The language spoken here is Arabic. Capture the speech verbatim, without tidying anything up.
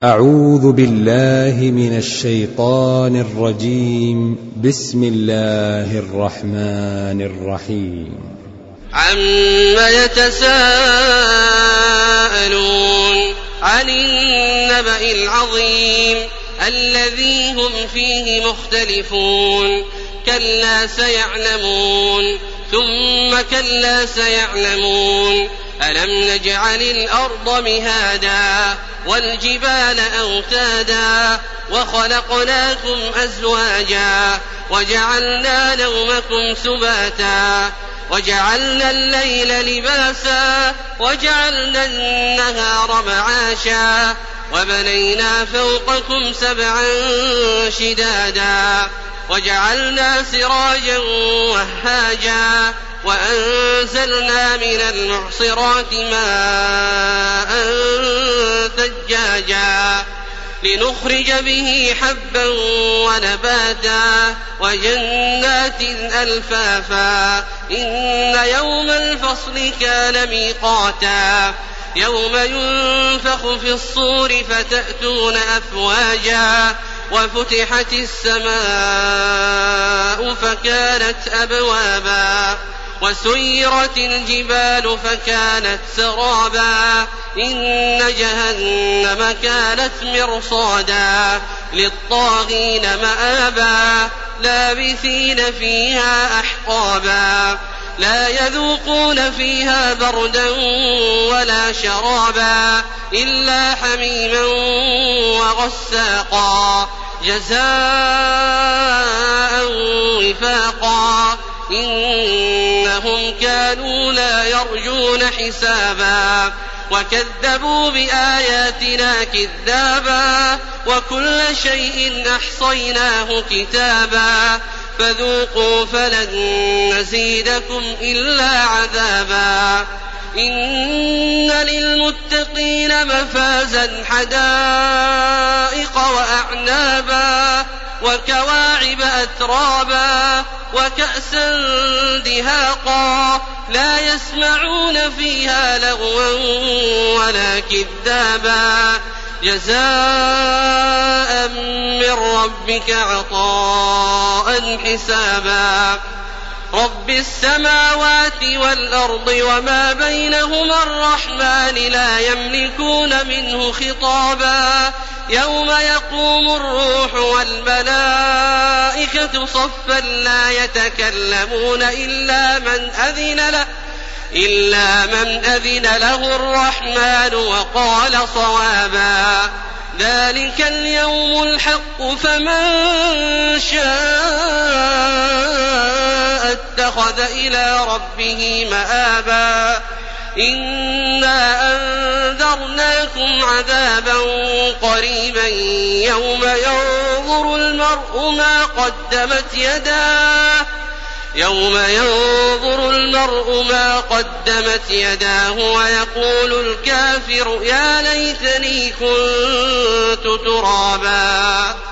أعوذ بالله من الشيطان الرجيم. بسم الله الرحمن الرحيم. عما يتساءلون عن النبأ العظيم الذي هم فيه مختلفون كلا سيعلمون ثم كلا سيعلمون ألم نجعل الأرض مهادا والجبال أوتادا وخلقناكم أزواجا وجعلنا نومكم سباتا وجعلنا الليل لباسا وجعلنا النهار معاشا وبنينا فوقكم سبعا شدادا وجعلنا سراجا وهاجا وأنزلنا من المعصرات ماء ثجاجا لنخرج به حبا ونباتا وجنات ألفافا إن يوم الفصل كان ميقاتا يوم ينفخ في الصور فتأتون أفواجا وفتحت السماء فكانت أبوابا وسيرت الجبال فكانت سرابا إن جهنم كانت مرصادا للطاغين مآبا لابثين فيها أحقابا لا يذوقون فيها بردا ولا شرابا إلا حميما وغساقا جزاء وفاقا إنهم كانوا لا يرجون حسابا وكذبوا بآياتنا كذابا وكل شيء أحصيناه كتابا فذوقوا فلن نزيدكم إلا عذابا إن للمتقين مفازا حدائق وأعنابا وكواعب أترابا وكأسا دهاقا لا يسمعون فيها لغوا ولا كذابا جزاء من ربك عطاء حسابا رب السماوات والأرض وما بينهما الرحمن لا يملكون منه خطابا يوم يقوم الروح والملائكة صفا لا يتكلمون إلا من أذن له إلا من أذن له الرحمن وقال صوابا ذلك اليوم الحق فمن شاء اتخذ إلى ربه مآبا إنا أنذرناكم عذابا قريبا يوم ينظر المرء ما قدمت يداه يوم ينظر المرء ما قدمت يداه ويقول الكافر يا ليتني كنت ترابا.